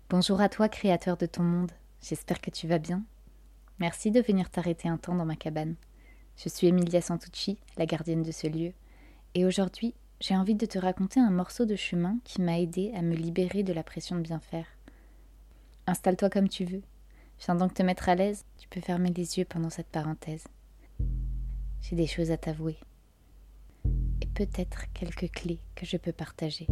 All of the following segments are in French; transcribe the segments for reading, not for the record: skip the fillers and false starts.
Bonjour à toi, créateur de ton monde. J'espère que tu vas bien. Merci de venir t'arrêter un temps dans ma cabane. Je suis Emilia Santucci, la gardienne de ce lieu. Et aujourd'hui, j'ai envie de te raconter un morceau de chemin qui m'a aidé à me libérer de la pression de bien faire. Installe-toi comme tu veux. Viens donc te mettre à l'aise. Tu peux fermer les yeux pendant cette parenthèse. J'ai des choses à t'avouer. Et peut-être quelques clés que je peux partager.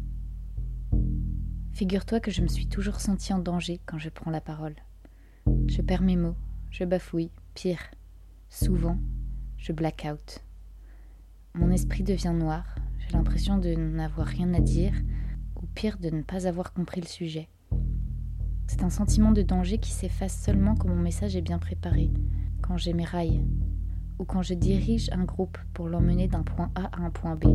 Figure-toi que je me suis toujours sentie en danger quand je prends la parole. Je perds mes mots, je bafouille, pire, souvent, je black out. Mon esprit devient noir, j'ai l'impression de n'avoir rien à dire, ou pire de ne pas avoir compris le sujet. C'est un sentiment de danger qui s'efface seulement quand mon message est bien préparé, quand j'éméraille, ou quand je dirige un groupe pour l'emmener d'un point A à un point B.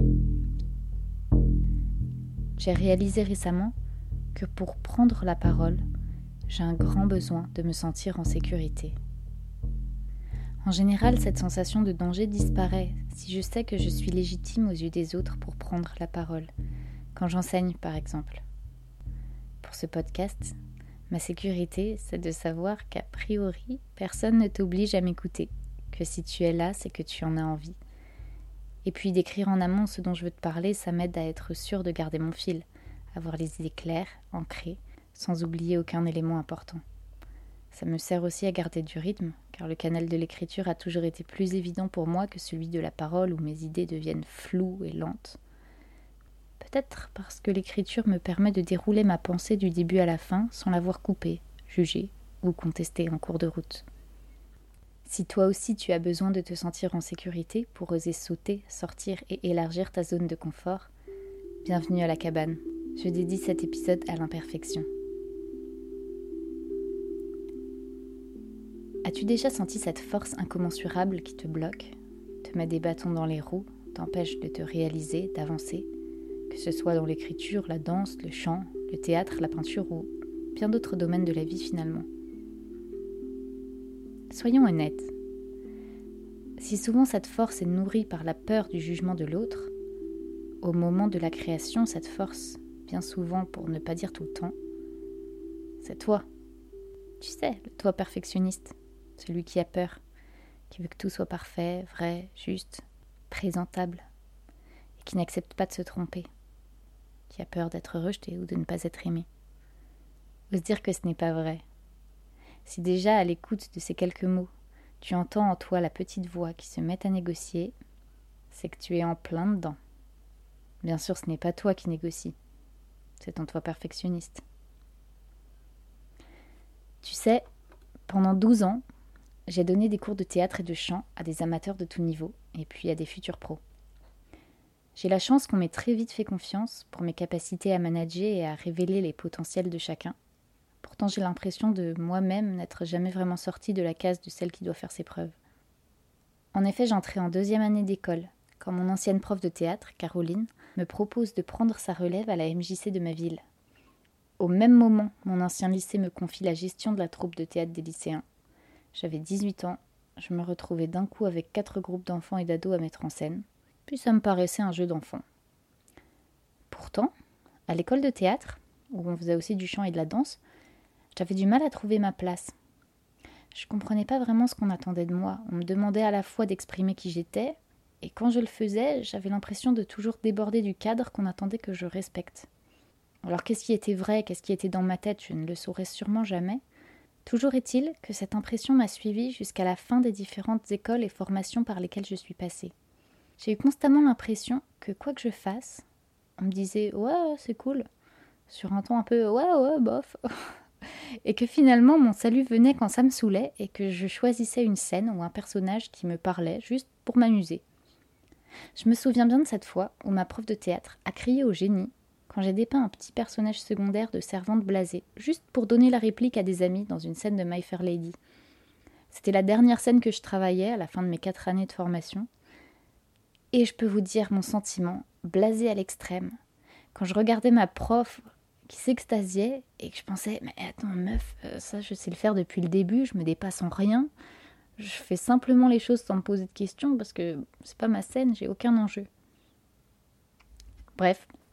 J'ai réalisé récemment que pour prendre la parole, j'ai un grand besoin de me sentir en sécurité. En général, cette sensation de danger disparaît si je sais que je suis légitime aux yeux des autres pour prendre la parole, quand j'enseigne par exemple. Pour ce podcast, ma sécurité, c'est de savoir qu'a priori, personne ne t'oblige à m'écouter, que si tu es là, c'est que tu en as envie. Et puis d'écrire en amont ce dont je veux te parler, ça m'aide à être sûre de garder mon fil, avoir les idées claires, ancrées, sans oublier aucun élément important. Ça me sert aussi à garder du rythme, car le canal de l'écriture a toujours été plus évident pour moi que celui de la parole où mes idées deviennent floues et lentes. Peut-être parce que l'écriture me permet de dérouler ma pensée du début à la fin sans l'avoir coupée, jugée ou contestée en cours de route. Si toi aussi tu as besoin de te sentir en sécurité pour oser sauter, sortir et élargir ta zone de confort, bienvenue à la cabane. Je dédie cet épisode à l'imperfection. As-tu déjà senti cette force incommensurable qui te bloque, te met des bâtons dans les roues, t'empêche de te réaliser, d'avancer, que ce soit dans l'écriture, la danse, le chant, le théâtre, la peinture ou bien d'autres domaines de la vie finalement? Soyons honnêtes. Si souvent cette force est nourrie par la peur du jugement de l'autre, au moment de la création, cette force, bien souvent pour ne pas dire tout le temps, c'est toi. Tu sais, le toi perfectionniste, celui qui a peur, qui veut que tout soit parfait, vrai, juste, présentable, et qui n'accepte pas de se tromper, qui a peur d'être rejeté ou de ne pas être aimé. Ose dire que ce n'est pas vrai. Si déjà à l'écoute de ces quelques mots, tu entends en toi la petite voix qui se met à négocier, c'est que tu es en plein dedans. Bien sûr, ce n'est pas toi qui négocie, c'est ton toi perfectionniste. Tu sais, pendant 12 ans, j'ai donné des cours de théâtre et de chant à des amateurs de tout niveau, et puis à des futurs pros. J'ai la chance qu'on m'ait très vite fait confiance pour mes capacités à manager et à révéler les potentiels de chacun. Pourtant, j'ai l'impression de moi-même n'être jamais vraiment sortie de la case de celle qui doit faire ses preuves. En effet, j'entrais en 2e année d'école, quand mon ancienne prof de théâtre, Caroline, me propose de prendre sa relève à la MJC de ma ville. Au même moment, mon ancien lycée me confie la gestion de la troupe de théâtre des lycéens. J'avais 18 ans, je me retrouvais d'un coup avec 4 groupes d'enfants et d'ados à mettre en scène, puis ça me paraissait un jeu d'enfant. Pourtant, à l'école de théâtre, où on faisait aussi du chant et de la danse, j'avais du mal à trouver ma place. Je comprenais pas vraiment ce qu'on attendait de moi. On me demandait à la fois d'exprimer qui j'étais, et quand je le faisais, j'avais l'impression de toujours déborder du cadre qu'on attendait que je respecte. Alors qu'est-ce qui était vrai, qu'est-ce qui était dans ma tête, je ne le saurais sûrement jamais. Toujours est-il que cette impression m'a suivie jusqu'à la fin des différentes écoles et formations par lesquelles je suis passée. J'ai eu constamment l'impression que quoi que je fasse, on me disait « ouais, c'est cool », sur un ton un peu « ouais, bof », et que finalement mon salut venait quand ça me saoulait et que je choisissais une scène ou un personnage qui me parlait juste pour m'amuser. Je me souviens bien de cette fois où ma prof de théâtre a crié au génie quand j'ai dépeint un petit personnage secondaire de servante blasée, juste pour donner la réplique à des amis dans une scène de My Fair Lady. C'était la dernière scène que je travaillais à la fin de mes 4 années de formation. Et je peux vous dire mon sentiment, blasé à l'extrême, quand je regardais ma prof qui s'extasiait et que je pensais « mais attends meuf, ça je sais le faire depuis le début, je me dépasse en rien, je fais simplement les choses sans me poser de questions parce que c'est pas ma scène, j'ai aucun enjeu. » Bref,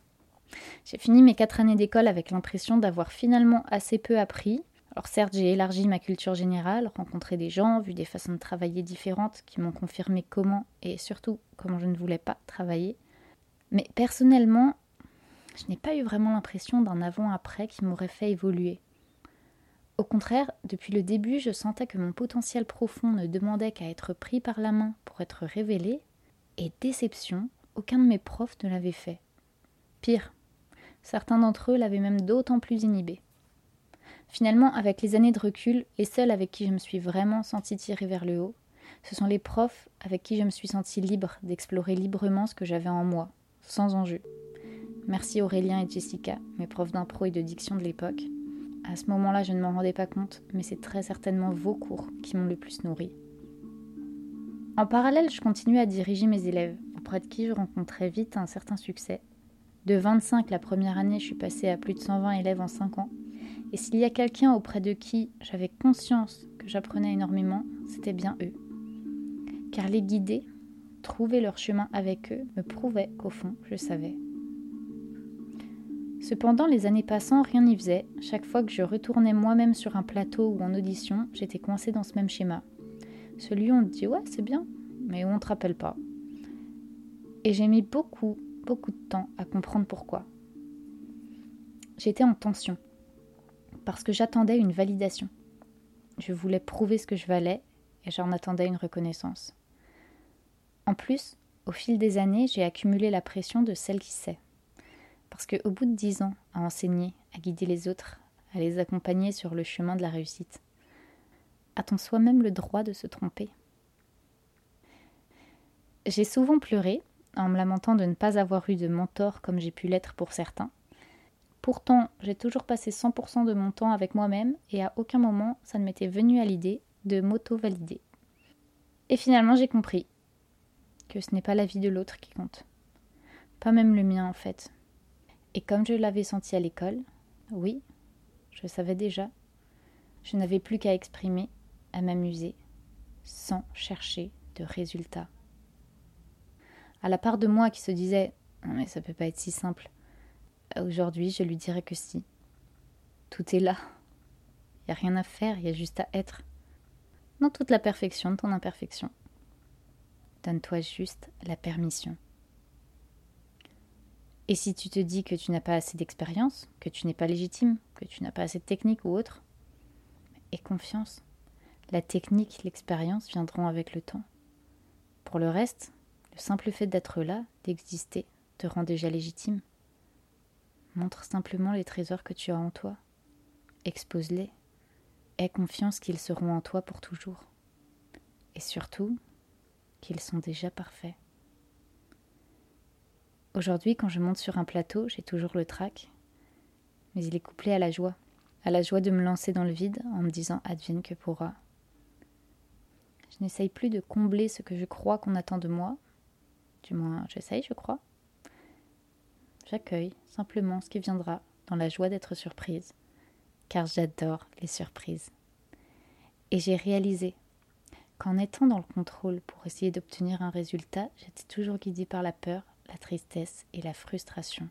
J'ai fini mes 4 années d'école avec l'impression d'avoir finalement assez peu appris. Alors certes, j'ai élargi ma culture générale, rencontré des gens, vu des façons de travailler différentes qui m'ont confirmé comment et surtout comment je ne voulais pas travailler. Mais personnellement, je n'ai pas eu vraiment l'impression d'un avant-après qui m'aurait fait évoluer. Au contraire, depuis le début, je sentais que mon potentiel profond ne demandait qu'à être pris par la main pour être révélé, et déception, aucun de mes profs ne l'avait fait. Pire, certains d'entre eux l'avaient même d'autant plus inhibé. Finalement, avec les années de recul, les seuls avec qui je me suis vraiment sentie tirée vers le haut, ce sont les profs avec qui je me suis sentie libre d'explorer librement ce que j'avais en moi, sans enjeu. Merci Aurélien et Jessica, mes profs d'impro et de diction de l'époque. À ce moment-là, je ne m'en rendais pas compte, mais c'est très certainement vos cours qui m'ont le plus nourri. En parallèle, je continuais à diriger mes élèves, auprès de qui je rencontrais vite un certain succès. De 25 la première année, je suis passée à plus de 120 élèves en 5 ans. Et s'il y a quelqu'un auprès de qui j'avais conscience que j'apprenais énormément, c'était bien eux. Car les guider, trouver leur chemin avec eux, me prouvait qu'au fond, je savais. Cependant, les années passant, rien n'y faisait. Chaque fois que je retournais moi-même sur un plateau ou en audition, j'étais coincée dans ce même schéma. Celui où on te dit « ouais, c'est bien », mais où on ne te rappelle pas. Et j'ai mis beaucoup de temps à comprendre pourquoi. J'étais en tension. Parce que j'attendais une validation. Je voulais prouver ce que je valais et j'en attendais une reconnaissance. En plus, au fil des années, j'ai accumulé la pression de celle qui sait. Parce qu'au bout de 10 ans à enseigner, à guider les autres, à les accompagner sur le chemin de la réussite, a-t-on soi-même le droit de se tromper ? J'ai souvent pleuré en me lamentant de ne pas avoir eu de mentor comme j'ai pu l'être pour certains. Pourtant, j'ai toujours passé 100% de mon temps avec moi-même et à aucun moment ça ne m'était venu à l'idée de m'auto-valider. Et finalement, j'ai compris que ce n'est pas la vie de l'autre qui compte. Pas même le mien en fait. Et comme je l'avais senti à l'école, oui, je savais déjà, je n'avais plus qu'à exprimer, à m'amuser, sans chercher de résultats. À la part de moi qui se disait « non mais ça peut pas être si simple », aujourd'hui, je lui dirais que si. Tout est là. Il n'y a rien à faire, il y a juste à être. Dans toute la perfection de ton imperfection. Donne-toi juste la permission. Et si tu te dis que tu n'as pas assez d'expérience, que tu n'es pas légitime, que tu n'as pas assez de technique ou autre, aie confiance. La technique, l'expérience viendront avec le temps. Pour le reste, le simple fait d'être là, d'exister, te rend déjà légitime. Montre simplement les trésors que tu as en toi. Expose-les. Aie confiance qu'ils seront en toi pour toujours. Et surtout, qu'ils sont déjà parfaits. Aujourd'hui, quand je monte sur un plateau, j'ai toujours le trac, mais il est couplé à la joie de me lancer dans le vide en me disant advienne que pourra. Je n'essaye plus de combler ce que je crois qu'on attend de moi, du moins j'essaye, je crois. J'accueille simplement ce qui viendra dans la joie d'être surprise, car j'adore les surprises. Et j'ai réalisé qu'en étant dans le contrôle pour essayer d'obtenir un résultat, j'étais toujours guidée par la peur, la tristesse et la frustration.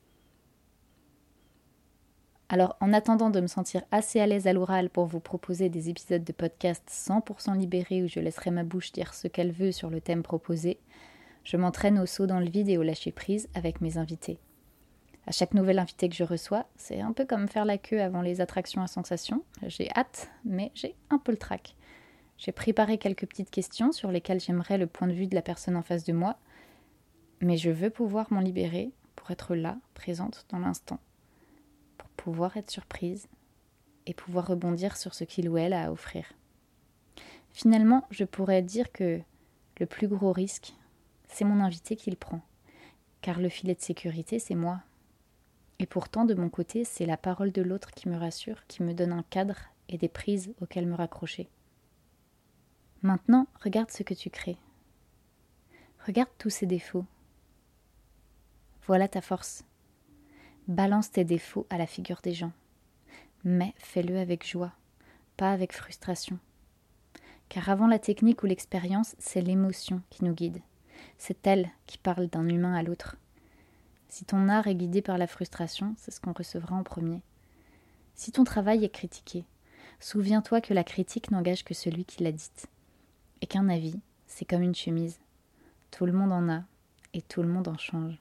Alors, en attendant de me sentir assez à l'aise à l'oral pour vous proposer des épisodes de podcast 100% libérés où je laisserai ma bouche dire ce qu'elle veut sur le thème proposé, je m'entraîne au saut dans le vide et au lâcher-prise avec mes invités. À chaque nouvel invité que je reçois, c'est un peu comme faire la queue avant les attractions à sensations. J'ai hâte, mais j'ai un peu le trac. J'ai préparé quelques petites questions sur lesquelles j'aimerais le point de vue de la personne en face de moi, mais je veux pouvoir m'en libérer pour être là, présente dans l'instant, pour pouvoir être surprise et pouvoir rebondir sur ce qu'il ou elle a à offrir. Finalement, je pourrais dire que le plus gros risque, c'est mon invité qui le prend, car le filet de sécurité, c'est moi. Et pourtant, de mon côté, c'est la parole de l'autre qui me rassure, qui me donne un cadre et des prises auxquelles me raccrocher. Maintenant, regarde ce que tu crées. Regarde tous ces défauts. Voilà ta force. Balance tes défauts à la figure des gens. Mais fais-le avec joie, pas avec frustration. Car avant la technique ou l'expérience, c'est l'émotion qui nous guide. C'est elle qui parle d'un humain à l'autre. Si ton art est guidé par la frustration, c'est ce qu'on recevra en premier. Si ton travail est critiqué, souviens-toi que la critique n'engage que celui qui l'a dite. Et qu'un avis, c'est comme une chemise. Tout le monde en a, et tout le monde en change.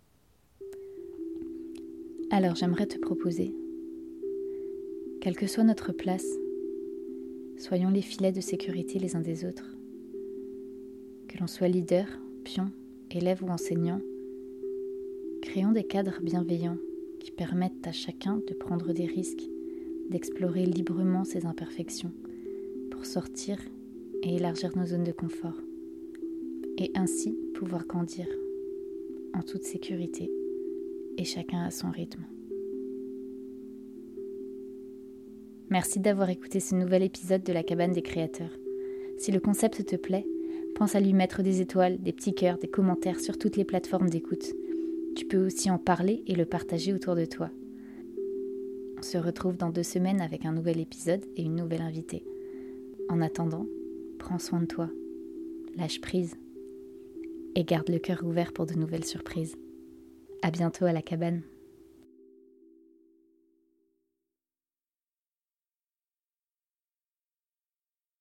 Alors j'aimerais te proposer, quelle que soit notre place, soyons les filets de sécurité les uns des autres. Que l'on soit leader, pion, élève ou enseignant, créons des cadres bienveillants qui permettent à chacun de prendre des risques, d'explorer librement ses imperfections pour sortir et élargir nos zones de confort et ainsi pouvoir grandir en toute sécurité et chacun à son rythme. Merci d'avoir écouté ce nouvel épisode de la cabane des créateurs. Si le concept te plaît, pense à lui mettre des étoiles, des petits cœurs, des commentaires sur toutes les plateformes d'écoute. Tu peux aussi en parler et le partager autour de toi. On se retrouve dans 2 semaines avec un nouvel épisode et une nouvelle invitée. En attendant, prends soin de toi, lâche prise et garde le cœur ouvert pour de nouvelles surprises. À bientôt à la cabane.